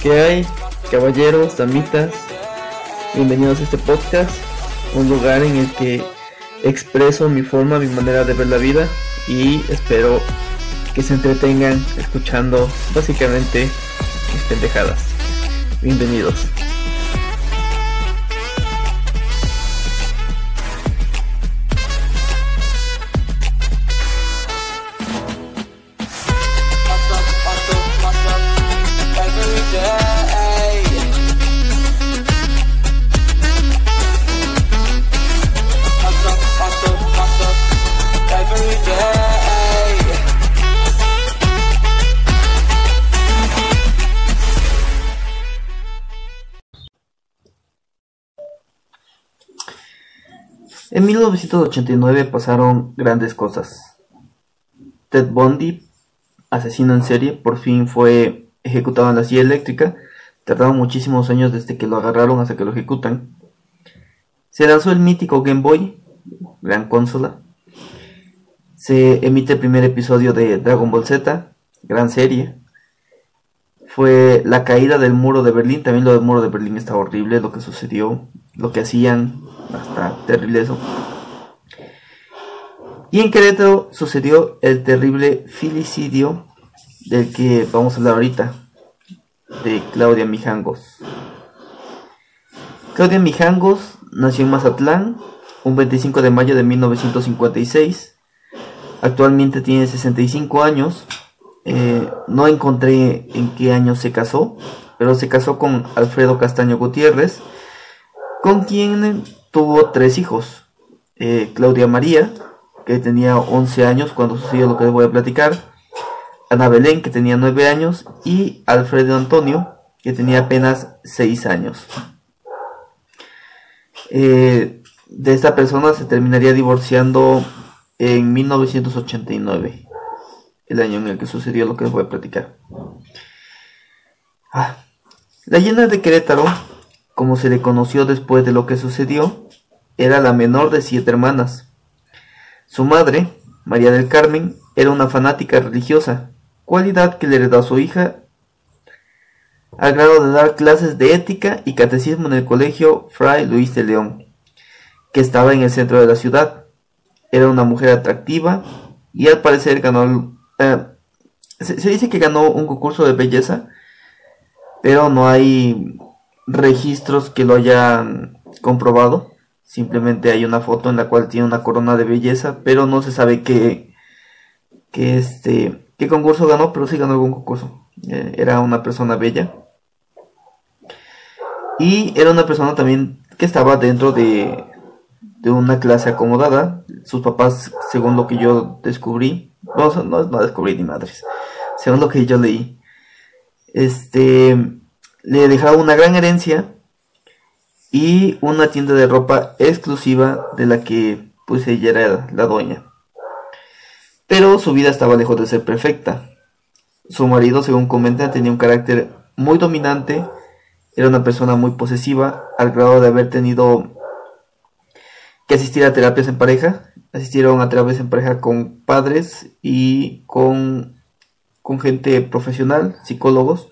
¿Qué hay, caballeros, damitas? Bienvenidos a este podcast, un lugar en el que expreso mi forma, mi manera de ver la vida y espero que se entretengan escuchando básicamente mis pendejadas. Bienvenidos. En 1989 pasaron grandes cosas. Ted Bundy, asesino en serie, por fin fue ejecutado en la silla eléctrica. Tardaron muchísimos años desde que lo agarraron hasta que lo ejecutan. Se lanzó el mítico Game Boy, gran consola. Se emite el primer episodio de Dragon Ball Z, gran serie. Fue la caída del muro de Berlín. También lo del muro de Berlín está horrible, lo que sucedió, lo que hacían, hasta terrible eso. Y en Querétaro sucedió el terrible filicidio del que vamos a hablar ahorita, de Claudia Mijangos. Claudia Mijangos nació en Mazatlán un 25 de mayo de 1956. Actualmente tiene 65 años. No encontré en qué año se casó, pero se casó con Alfredo Castaño Gutiérrez, con quien tuvo 3 hijos. Claudia María, que tenía 11 años cuando sucedió lo que les voy a platicar. Ana Belén, que tenía 9 años. Y Alfredo Antonio, que tenía apenas 6 años. De esta persona se terminaría divorciando en 1989. El año en el que sucedió lo que les voy a platicar. La Llena de Querétaro, como se le conoció después de lo que sucedió, era la menor de 7 hermanas. Su madre, María del Carmen, era una fanática religiosa, cualidad que le heredó a su hija, al grado de dar clases de ética y catecismo en el colegio Fray Luis de León, que estaba en el centro de la ciudad. Era una mujer atractiva y al parecer ganó... se dice que ganó un concurso de belleza, pero no hay registros que lo hayan comprobado. Simplemente hay una foto en la cual tiene una corona de belleza, pero no se sabe qué concurso ganó, pero sí ganó algún concurso. Era una persona bella y era una persona también que estaba dentro de una clase acomodada. Sus papás, según lo que yo descubrí, no descubrí ni madres, según lo que yo leí, le dejaron una gran herencia y una tienda de ropa exclusiva de la que pues ella era la dueña. Pero su vida estaba lejos de ser perfecta. Su marido, según comentan, tenía un carácter muy dominante, era una persona muy posesiva, al grado de haber tenido que asistir a terapias en pareja. Asistieron a terapias en pareja con padres y con gente profesional, psicólogos.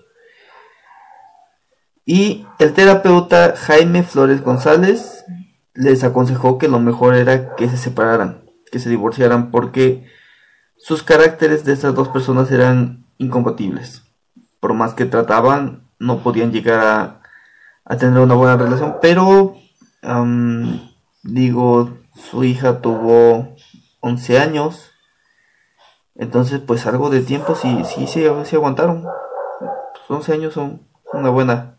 Y el terapeuta Jaime Flores González les aconsejó que lo mejor era que se separaran, que se divorciaran, porque sus caracteres de estas dos personas eran incompatibles. Por más que trataban, no podían llegar a tener una buena relación. Pero su hija tuvo 11 años. Entonces pues algo de tiempo sí aguantaron. Pues 11 años son una buena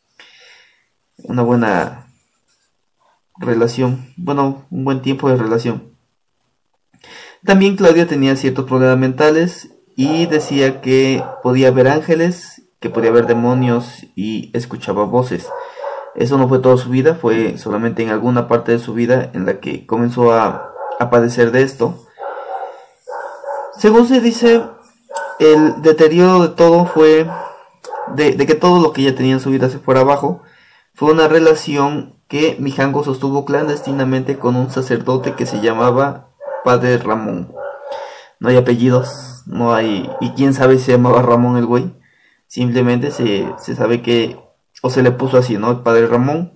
relación. Bueno, un buen tiempo de relación. También Claudia tenía ciertos problemas mentales y decía que podía ver ángeles, que podía ver demonios y escuchaba voces. Eso no fue toda su vida, fue solamente en alguna parte de su vida en la que comenzó a padecer de esto. Según se dice, el deterioro de todo fue de que todo lo que ella tenía en su vida se fuera abajo. Fue una relación que Mijangos sostuvo clandestinamente con un sacerdote que se llamaba Padre Ramón. No hay apellidos, no hay... Y quién sabe si se llamaba Ramón el güey. simplemente se sabe que, o se le puso así, ¿no? El padre Ramón.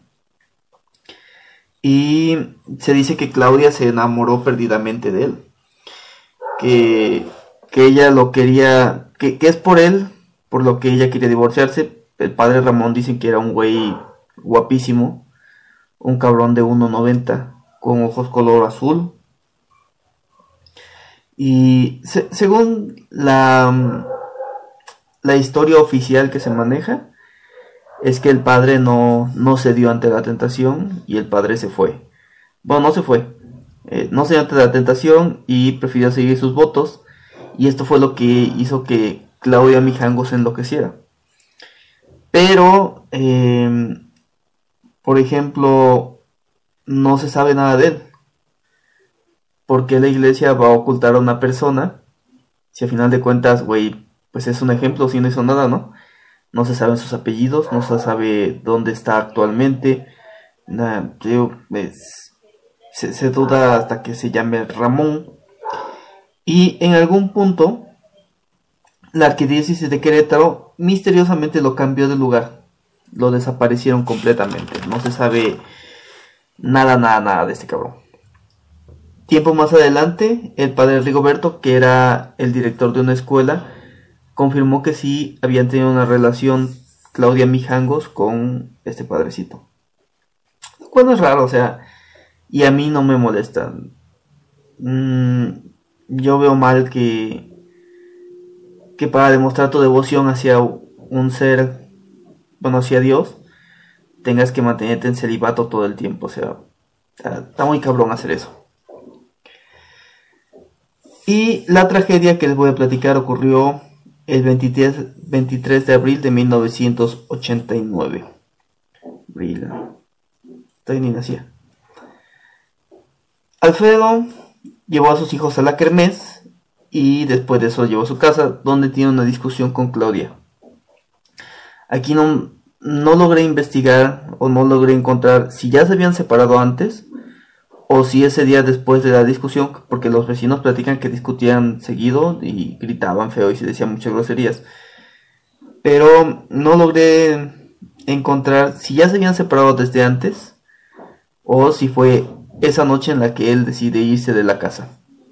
Y se dice que Claudia se enamoró perdidamente de él. Que, que ella lo quería, que es por él, por lo que ella quería divorciarse. El padre Ramón dicen que era un güey guapísimo, un cabrón de 1,90, con ojos color azul. Y según la historia oficial que se maneja, es que el padre no cedió ante la tentación y el padre se fue. Bueno, no se fue. No cedió ante la tentación y prefirió seguir sus votos. Y esto fue lo que hizo que Claudia Mijangos se enloqueciera. Pero, por ejemplo, no se sabe nada de él. ¿Por qué la iglesia va a ocultar a una persona? Si a final de cuentas, güey, pues es un ejemplo, si no hizo nada, ¿no? No se saben sus apellidos, no se sabe dónde está actualmente. Se duda hasta que se llame Ramón. Y en algún punto, la arquidiócesis de Querétaro misteriosamente lo cambió de lugar. Lo desaparecieron completamente. No se sabe nada de este cabrón. Tiempo más adelante, el padre Rigoberto, que era el director de una escuela, confirmó que sí habían tenido una relación Claudia Mijangos con este padrecito. Lo cual no es raro, o sea, y a mí no me molesta. Yo veo mal que para demostrar tu devoción hacia un ser, bueno, hacia Dios, tengas que mantenerte en celibato todo el tiempo. O sea, está muy cabrón hacer eso. Y la tragedia que les voy a platicar ocurrió el 23 de abril de 1989. Estoy ni nacía. Alfredo llevó a sus hijos a la kermés y después de eso llevó a su casa, donde tiene una discusión con Claudia. Aquí no logré investigar o no logré encontrar si ya se habían separado antes o si ese día después de la discusión, porque los vecinos platican que discutían seguido y gritaban feo y se decían muchas groserías. Pero no logré encontrar si ya se habían separado desde antes o si fue esa noche en la que él decide irse de la casa.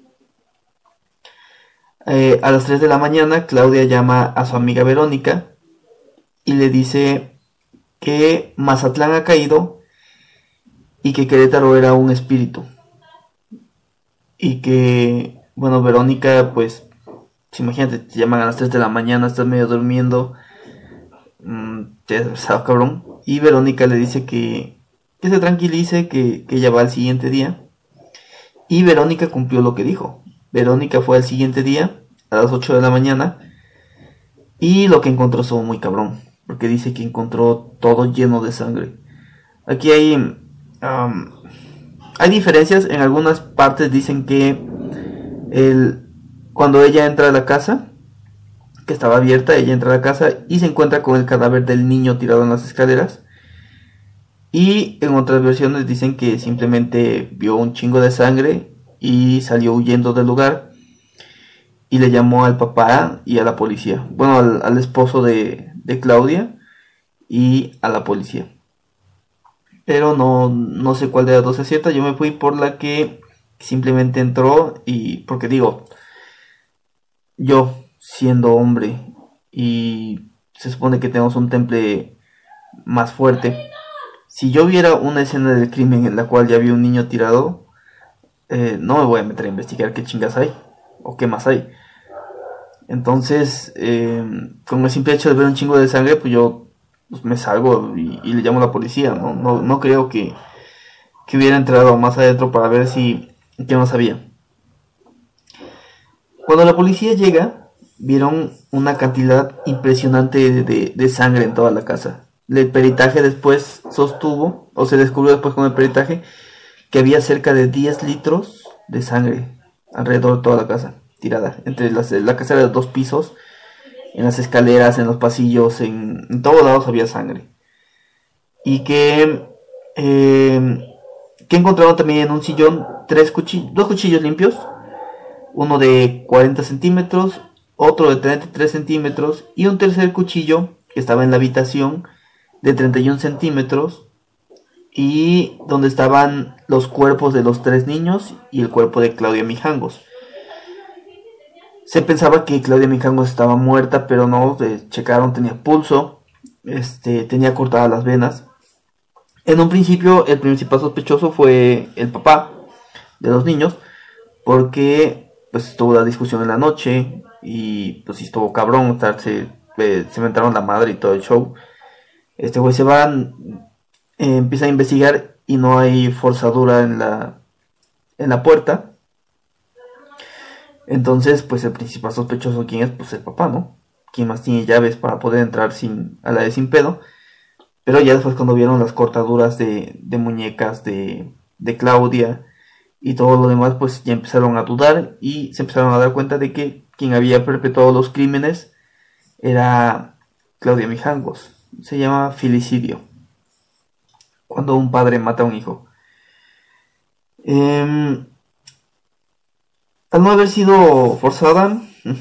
A las 3 de la mañana, Claudia llama a su amiga Verónica y le dice que Mazatlán ha caído y que Querétaro era un espíritu. Y que, bueno, Verónica, pues, imagínate, te llaman a las 3 de la mañana, estás medio durmiendo, te has besado, cabrón. Y Verónica le dice que se tranquilice, que ella va al siguiente día. Y Verónica cumplió lo que dijo. Verónica fue al siguiente día, a las 8 de la mañana, y lo que encontró estuvo muy cabrón, porque dice que encontró todo lleno de sangre. Aquí hay diferencias. En algunas partes dicen que cuando ella entra a la casa, que estaba abierta, ella entra a la casa y se encuentra con el cadáver del niño tirado en las escaleras. Y en otras versiones dicen que simplemente vio un chingo de sangre y salió huyendo del lugar y le llamó al papá y a la policía. Bueno, al esposo de Claudia y a la policía. Pero no sé cuál de las dos es cierta. Yo me fui por la que simplemente entró y porque digo, yo siendo hombre y se supone que tenemos un temple más fuerte, si yo viera una escena del crimen en la cual ya había un niño tirado, no me voy a meter a investigar qué chingas hay o qué más hay. Entonces, con el simple hecho de ver un chingo de sangre, pues yo me salgo y le llamo a la policía. No creo que hubiera entrado más adentro para ver qué más había. Cuando la policía llega, vieron una cantidad impresionante de sangre en toda la casa. El peritaje después sostuvo, o se descubrió después con el peritaje, que había cerca de 10 litros de sangre alrededor de toda la casa, tirada. Entre la casa era de 2 pisos, en las escaleras, en los pasillos, en todos lados había sangre. Y que encontraron también en un sillón 2 cuchillos limpios, uno de 40 centímetros otro de 33 centímetros y un tercer cuchillo que estaba en la habitación de 31 centímetros y donde estaban los cuerpos de los 3 niños y el cuerpo de Claudia Mijangos. Se pensaba que Claudia Mijangos estaba muerta, pero no, checaron, tenía pulso, tenía cortadas las venas. En un principio el principal sospechoso fue el papá de los niños, porque pues estuvo la discusión en la noche y pues estuvo cabrón, se inventaron la madre y todo el show. Este güey se va, empieza a investigar y no hay forzadura en la puerta. Entonces pues el principal sospechoso, ¿quién es? Pues el papá, ¿no? ¿Quién más tiene llaves para poder entrar a la vez sin pedo? Pero ya después, cuando vieron las cortaduras de muñecas de Claudia y todo lo demás, pues ya empezaron a dudar y se empezaron a dar cuenta de que quien había perpetrado los crímenes era Claudia Mijangos. Se llama filicidio, cuando un padre mata a un hijo. Al no haber sido forzada,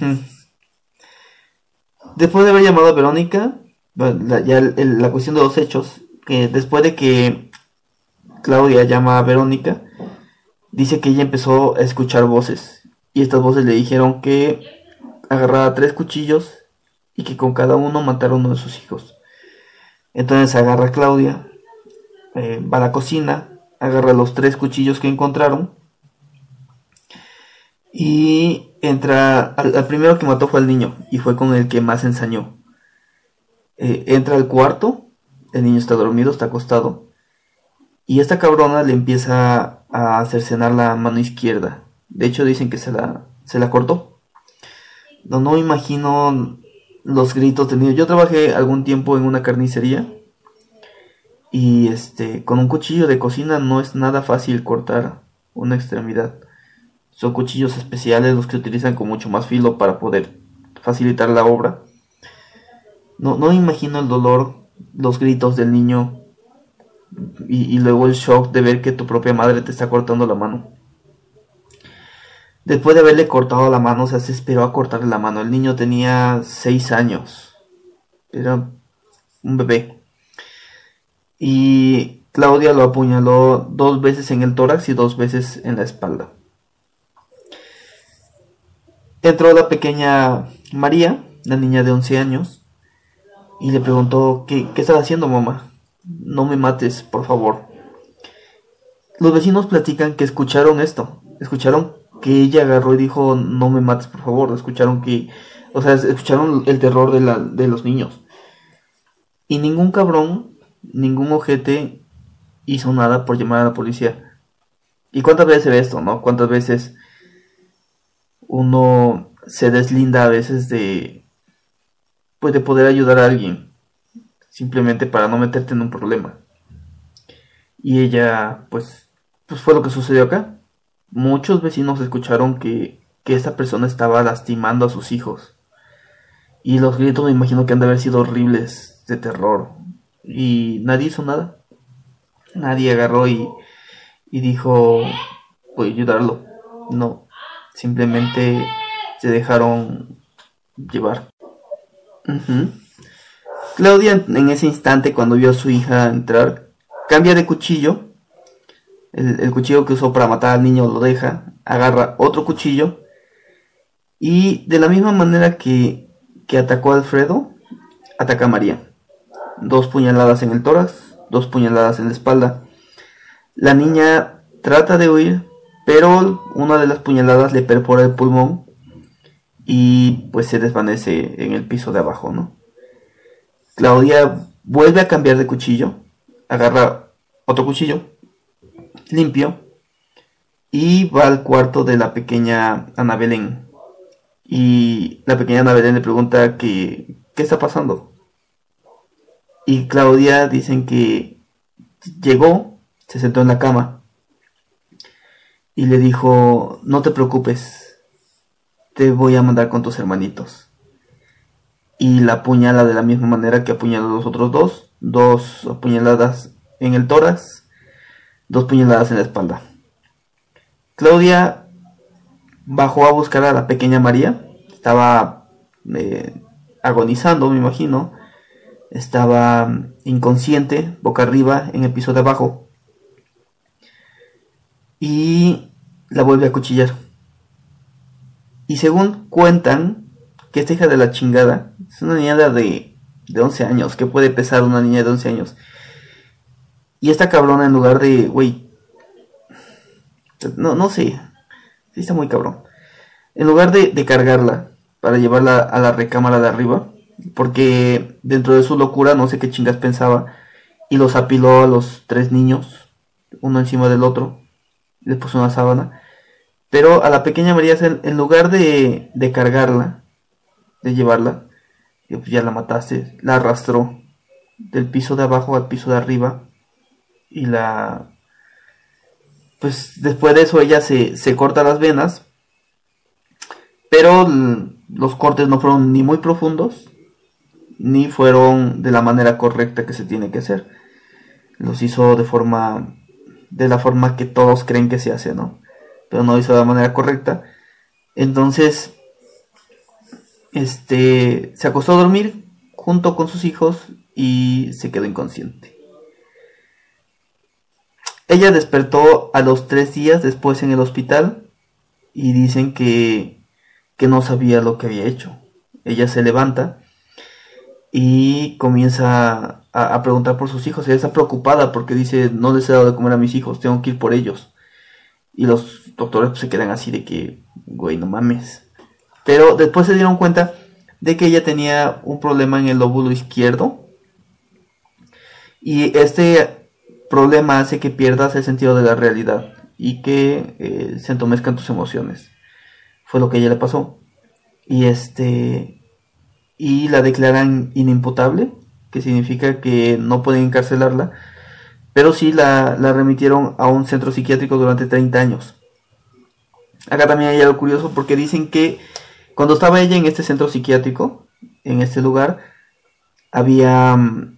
después de haber llamado a Verónica, la cuestión de los hechos, que después de que Claudia llama a Verónica, dice que ella empezó a escuchar voces, y estas voces le dijeron que agarrara 3 cuchillos y que con cada uno matara a uno de sus hijos. Entonces agarra a Claudia, va a la cocina, agarra los 3 cuchillos que encontraron y entra. Al primero que mató fue al niño y fue con el que más ensañó. Entra al cuarto, el niño está dormido, está acostado, y esta cabrona le empieza a cercenar la mano izquierda. De hecho dicen que se la cortó. No me imagino los gritos del niño. Yo trabajé algún tiempo en una carnicería y con un cuchillo de cocina no es nada fácil cortar una extremidad. Son cuchillos especiales los que utilizan con mucho más filo para poder facilitar la obra. No me imagino el dolor, los gritos del niño y luego el shock de ver que tu propia madre te está cortando la mano. Después de haberle cortado la mano, se esperó a cortarle la mano. El niño tenía 6 años. Era un bebé. Y Claudia lo apuñaló 2 veces en el tórax y 2 veces en la espalda. Entró la pequeña María, la niña de 11 años, y le preguntó: ¿Qué estás haciendo, mamá? No me mates, por favor. Los vecinos platican que escucharon esto. Escucharon que ella agarró y dijo: no me mates, por favor. Escucharon el terror de los niños. Y ningún cabrón, ningún ojete hizo nada por llamar a la policía. ¿Y cuántas veces se ve esto, no? ¿Cuántas veces uno se deslinda a veces de poder ayudar a alguien simplemente para no meterte en un problema? Y ella, pues fue lo que sucedió acá. Muchos vecinos escucharon que esta persona estaba lastimando a sus hijos. Y los gritos me imagino que han de haber sido horribles, de terror. Y nadie hizo nada. Nadie agarró y dijo: voy a ayudarlo. No, simplemente se dejaron llevar. Claudia, en ese instante, cuando vio a su hija entrar, cambia de cuchillo. El cuchillo que usó para matar al niño lo deja, agarra otro cuchillo y de la misma manera que atacó a Alfredo, ataca a María. 2 puñaladas en el tórax, 2 puñaladas en la espalda. La niña trata de huir, pero una de las puñaladas le perfora el pulmón y pues se desvanece en el piso de abajo, ¿no? Claudia vuelve a cambiar de cuchillo, agarra otro cuchillo limpio y va al cuarto de la pequeña Ana Belén. Y la pequeña Ana Belén le pregunta qué está pasando. Y Claudia dicen que llegó, se sentó en la cama y le dijo: no te preocupes, te voy a mandar con tus hermanitos. Y la apuñala de la misma manera que apuñaló a los otros dos. 2 apuñaladas en el tórax, 2 puñaladas en la espalda. Claudia bajó a buscar a la pequeña María. Estaba agonizando, me imagino. Estaba inconsciente, boca arriba, en el piso de abajo. Y la vuelve a acuchillar. Y según cuentan, que esta hija de la chingada es una niña de 11 años. ¿Qué puede pesar una niña de 11 años? Y esta cabrona, en lugar de, güey, no sé, sí está muy cabrón. En lugar de cargarla para llevarla a la recámara de arriba, porque dentro de su locura no sé qué chingas pensaba, y los apiló a los 3 niños, uno encima del otro, les puso una sábana. Pero a la pequeña María, en lugar de cargarla, de llevarla, pues ya la mataste, la arrastró del piso de abajo al piso de arriba, y pues después de eso ella se corta las venas, pero los cortes no fueron ni muy profundos, ni fueron de la manera correcta que se tiene que hacer. Los hizo de la forma que todos creen que se hace, ¿no? Pero no hizo de la manera correcta. Entonces, se acostó a dormir junto con sus hijos y se quedó inconsciente. Ella despertó a los 3 días después en el hospital y dicen que no sabía lo que había hecho. Ella se levanta y comienza a preguntar por sus hijos. Ella está preocupada porque dice, no les he dado de comer a mis hijos, tengo que ir por ellos. Y los doctores pues, se quedan así de que, güey, no mames. Pero después se dieron cuenta de que ella tenía un problema en el lóbulo izquierdo. Y este problema hace que pierdas el sentido de la realidad y que se entomezcan tus emociones. Fue lo que a ella le pasó. Y la declaran inimputable, que significa que no pueden encarcelarla, pero sí la remitieron a un centro psiquiátrico durante 30 años. Acá también hay algo curioso porque dicen que cuando estaba ella en este centro psiquiátrico, en este lugar, había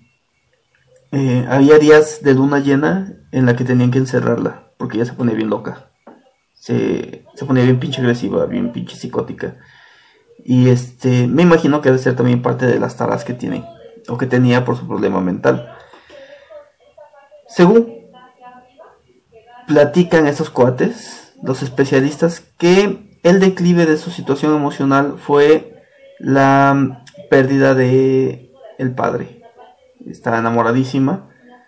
días de luna llena en la que tenían que encerrarla, porque ella se ponía bien loca. Se ponía bien pinche agresiva, bien pinche psicótica. Y me imagino que debe ser también parte de las taras que tiene, o que tenía por su problema mental. Según platican estos cuates, los especialistas, que el declive de su situación emocional fue la pérdida de el padre. Estaba enamoradísima,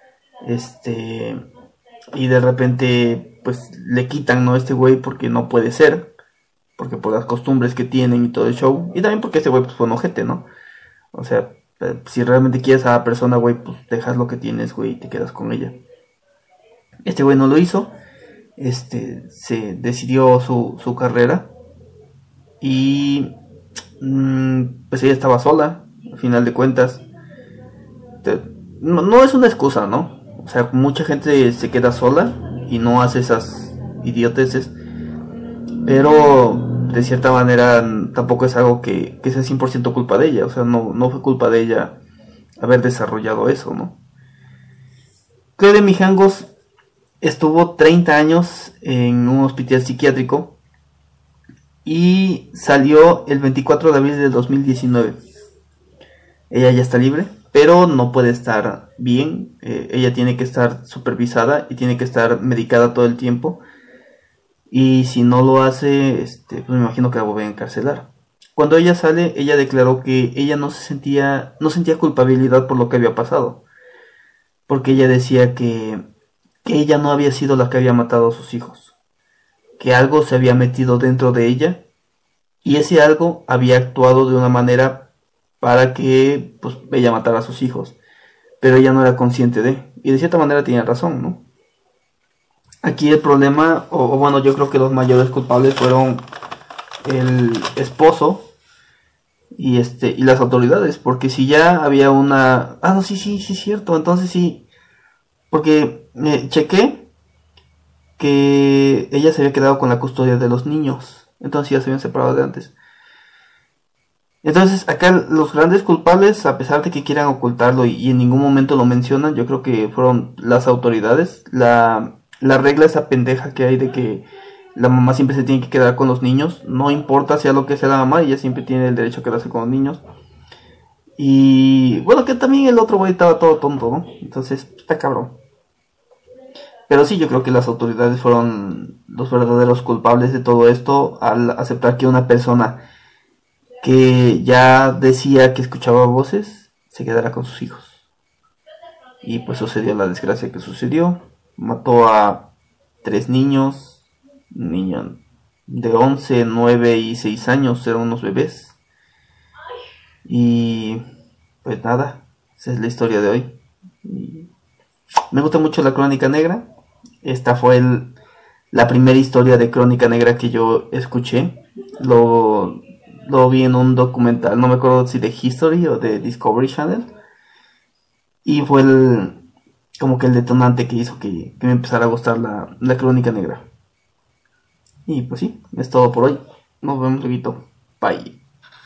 y de repente pues le quitan, ¿no? Este güey porque no puede ser, porque por las costumbres que tienen y todo el show, y también porque este güey pues fue un ojete, ¿no? O sea, si realmente quieres a la persona, güey, pues dejas lo que tienes, güey, y te quedas con ella. Este güey no lo hizo, se decidió su carrera, y pues ella estaba sola, al final de cuentas. No es una excusa, ¿no? O sea, mucha gente se queda sola y no hace esas idioteces, pero de cierta manera tampoco es algo que sea 100% culpa de ella. O sea, no fue culpa de ella haber desarrollado eso, ¿no? Claudia Mijangos estuvo 30 años en un hospital psiquiátrico y salió el 24 de abril del 2019. Ella ya está libre, pero no puede estar bien. Ella tiene que estar supervisada y tiene que estar medicada todo el tiempo. Y si no lo hace, pues me imagino que la vuelven a encarcelar. Cuando ella sale, ella declaró que ella no sentía culpabilidad por lo que había pasado. Porque ella decía que ella no había sido la que había matado a sus hijos. Que algo se había metido dentro de ella. Y ese algo había actuado de una manera para que pues ella matara a sus hijos, pero ella no era consciente y de cierta manera tenía razón, ¿no? Aquí el problema, o bueno, yo creo que los mayores culpables fueron el esposo y las autoridades, porque si ya había una... no, sí, cierto, entonces sí, porque chequé que ella se había quedado con la custodia de los niños, entonces ya se habían separado de antes. Entonces acá los grandes culpables, a pesar de que quieran ocultarlo y en ningún momento lo mencionan, yo creo que fueron las autoridades. La regla esa pendeja que hay de que la mamá siempre se tiene que quedar con los niños, no importa sea lo que sea la mamá, ella siempre tiene el derecho a quedarse con los niños. Y bueno, que también el otro güey estaba todo tonto, ¿no? Entonces, está cabrón. Pero sí, yo creo que las autoridades fueron los verdaderos culpables de todo esto al aceptar que una persona que ya decía que escuchaba voces se quedara con sus hijos. Y pues sucedió la desgracia que sucedió. Mató a 3 niños, un niño de 11, 9 y 6 años, eran unos bebés. Y pues nada, esa es la historia de hoy. Y me gusta mucho la Crónica Negra. Esta fue la primera historia de Crónica Negra que yo escuché. Lo vi en un documental, no me acuerdo si de History o de Discovery Channel. Y fue como que el detonante que hizo que me empezara a gustar la Crónica Negra. Y pues sí, es todo por hoy. Nos vemos luego. Bye.